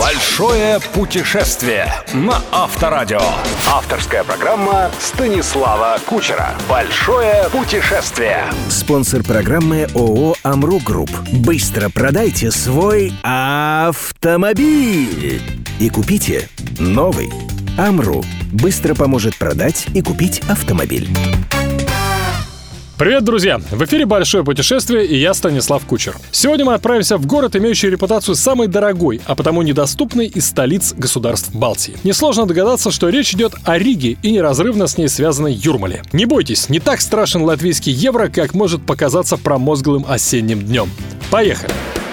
Большое путешествие на Авторадио. Авторская программа Станислава Кучера. Большое путешествие. Спонсор программы ООО «Амру Групп». Быстро продайте свой автомобиль и купите новый. «Амру» быстро поможет продать и купить автомобиль. Привет, друзья! В эфире «Большое путешествие» и я, Станислав Кучер. Сегодня мы отправимся в город, имеющий репутацию самой дорогой, а потому недоступной из столиц государств Балтии. Несложно догадаться, что речь идет о Риге и неразрывно с ней связанной Юрмале. Не бойтесь, не так страшен латвийский евро, как может показаться промозглым осенним днем. Поехали!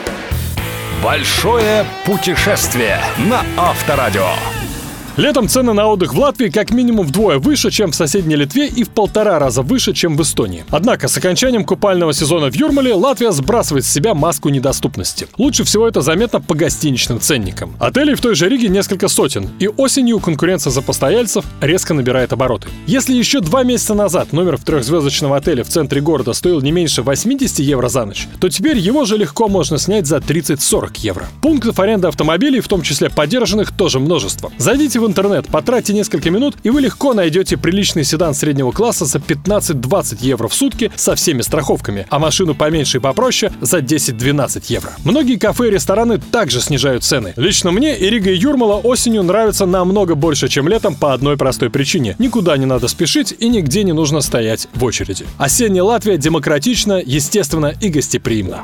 Большое путешествие на Авторадио. Летом цены на отдых в Латвии как минимум вдвое выше, чем в соседней Литве, и в 1,5 раза выше, чем в Эстонии. Однако с окончанием купального сезона в Юрмале Латвия сбрасывает с себя маску недоступности. Лучше всего это заметно по гостиничным ценникам. Отелей в той же Риге несколько сотен, и осенью конкуренция за постояльцев резко набирает обороты. Если еще 2 месяца назад номер в 3-звездочном отеле в центре города стоил не меньше 80 евро за ночь, то теперь его же легко можно снять за 30-40 евро. Пунктов аренды автомобилей, в том числе подержанных, тоже множество. Зайдите в интернет, потратьте несколько минут, и вы легко найдете приличный седан среднего класса за 15-20 евро в сутки со всеми страховками, а машину поменьше и попроще за 10-12 евро. Многие кафе и рестораны также снижают цены. Лично мне и Рига, и Юрмала осенью нравятся намного больше, чем летом, по одной простой причине. Никуда не надо спешить и нигде не нужно стоять в очереди. Осенняя Латвия демократична, естественно и гостеприимна.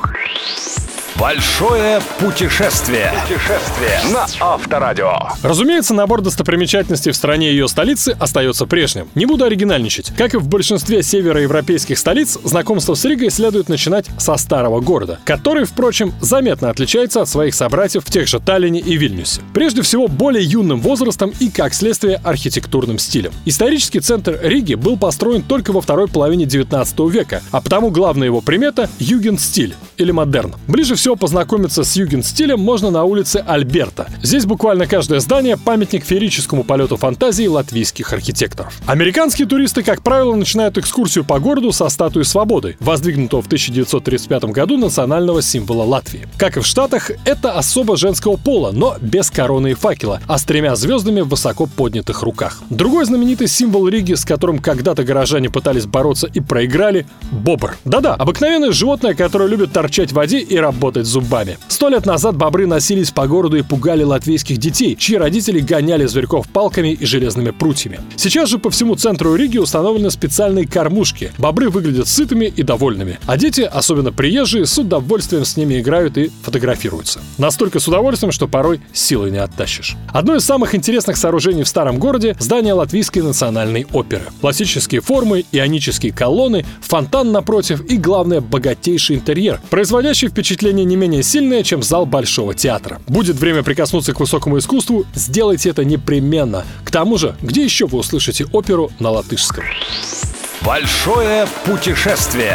Большое путешествие на Авторадио. Разумеется, набор достопримечательностей в стране и ее столице остается прежним. Не буду оригинальничать. Как и в большинстве североевропейских столиц, знакомство с Ригой следует начинать со старого города, который, впрочем, заметно отличается от своих собратьев в тех же Таллине и Вильнюсе. Прежде всего, более юным возрастом и, как следствие, архитектурным стилем. Исторический центр Риги был построен только во второй половине 19 века, а потому главная его примета — югенстиль или модерн. Ближе всего познакомиться с югенстилем можно на улице Альберта. Здесь буквально каждое здание — памятник феерическому полету фантазии латвийских архитекторов. Американские туристы, как правило, начинают экскурсию по городу со статуи свободы, воздвигнутого в 1935 году национального символа Латвии. Как и в Штатах, это особо женского пола, но без короны и факела, а с 3 звездами в высоко поднятых руках. Другой знаменитый символ Риги, с которым когда-то горожане пытались бороться и проиграли — бобр. Да-да, обыкновенное животное, которое любит торчать в воде и работать зубами. 100 лет назад бобры носились по городу и пугали латвийских детей, чьи родители гоняли зверьков палками и железными прутьями. Сейчас же по всему центру Риги установлены специальные кормушки. Бобры выглядят сытыми и довольными, а дети, особенно приезжие, с удовольствием с ними играют и фотографируются. Настолько с удовольствием, что порой силой не оттащишь. Одно из самых интересных сооружений в старом городе — здание Латвийской национальной оперы. Классические формы, ионические колонны, фонтан напротив и, главное, богатейший интерьер, производящий впечатление не менее сильное, чем зал Большого театра. Будет время прикоснуться к высокому искусству, сделайте это непременно. К тому же, где еще вы услышите оперу на латышском? Большое путешествие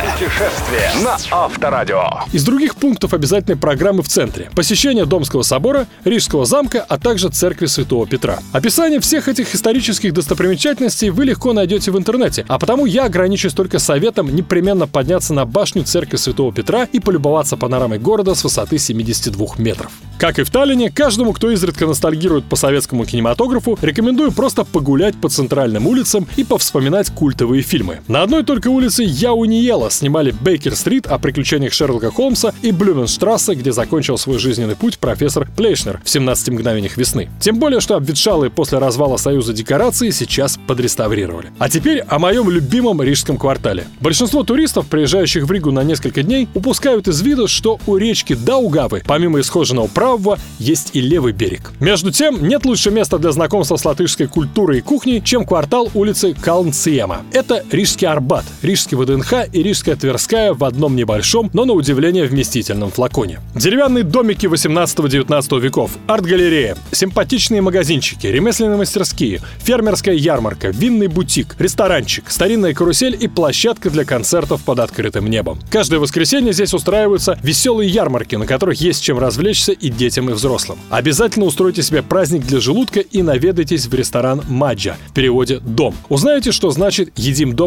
на Авторадио. Из других пунктов обязательной программы в центре: посещение Домского собора, Рижского замка, а также церкви Святого Петра. Описание всех этих исторических достопримечательностей вы легко найдете в интернете, а потому я ограничусь только советом непременно подняться на башню церкви Святого Петра и полюбоваться панорамой города с высоты 72 метров. Как и в Таллине, каждому, кто изредка ностальгирует по советскому кинематографу, рекомендую просто погулять по центральным улицам и повспоминать культовые фильмы. На одной только улице Яуниела снимали Бейкер-стрит о приключениях Шерлока Холмса и Блюменштрассе, где закончил свой жизненный путь профессор Плейшнер в 17 мгновениях весны. Тем более, что обветшалые после развала Союза декорации сейчас подреставрировали. А теперь о моем любимом рижском квартале. Большинство туристов, приезжающих в Ригу на несколько дней, упускают из вида, что у речки Даугавы, помимо исхоженного правого, есть и левый берег. Между тем, нет лучше места для знакомства с латышской культурой и кухней, чем квартал улицы Калнциема. Это Рижский Арбат, Рижский ВДНХ и Рижская Тверская в одном небольшом, но на удивление вместительном флаконе. Деревянные домики 18-19 веков, арт-галерея, симпатичные магазинчики, ремесленные мастерские, фермерская ярмарка, винный бутик, ресторанчик, старинная карусель и площадка для концертов под открытым небом. Каждое воскресенье здесь устраиваются веселые ярмарки, на которых есть чем развлечься и детям, и взрослым. Обязательно устройте себе праздник для желудка и наведайтесь в ресторан «Маджа», в переводе «дом». Узнаете, что значит «едим дома»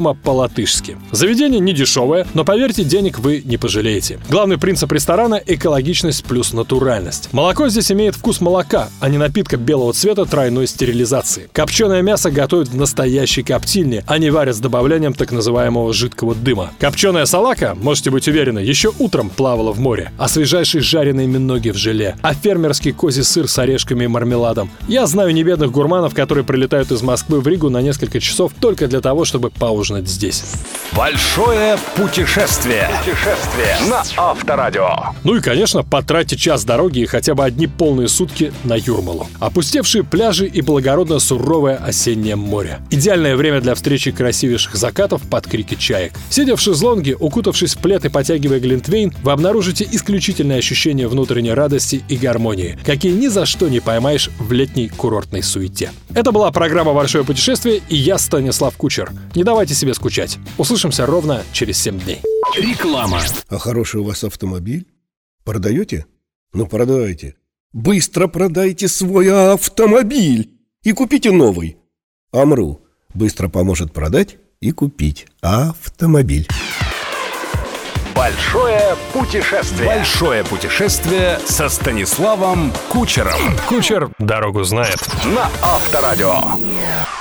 прямо по-латышски. Заведение не дешевое, но, поверьте, денег вы не пожалеете. Главный принцип ресторана – экологичность плюс натуральность. Молоко здесь имеет вкус молока, а не напитка белого цвета тройной стерилизации. Копченое мясо готовят в настоящей коптильне, а не варят с добавлением так называемого жидкого дыма. Копченая салака, можете быть уверены, еще утром плавала в море, а свежайшие жареные миноги в желе, а фермерский козий сыр с орешками и мармеладом. Я знаю небедных гурманов, которые прилетают из Москвы в Ригу на несколько часов только для того, чтобы поужинать здесь. Большое путешествие. Путешествие на Авторадио. Ну и, конечно, потратьте час дороги и хотя бы одни полные сутки на Юрмалу. Опустевшие пляжи и благородно суровое осеннее море. Идеальное время для встречи красивейших закатов под крики чаек. Сидя в шезлонге, укутавшись в плед и потягивая глинтвейн, вы обнаружите исключительное ощущение внутренней радости и гармонии, какие ни за что не поймаешь в летней курортной суете. Это была программа «Большое путешествие», и я, Станислав Кучер. Не давайте себе скучать. Услышимся ровно через 7 дней. Реклама. А хороший у вас автомобиль? Продаете? Ну, продайте. Быстро продайте свой автомобиль и купите новый. Амру быстро поможет продать и купить автомобиль. Большое путешествие. Большое путешествие со Станиславом Кучером. Кучер дорогу знает. На Авторадио.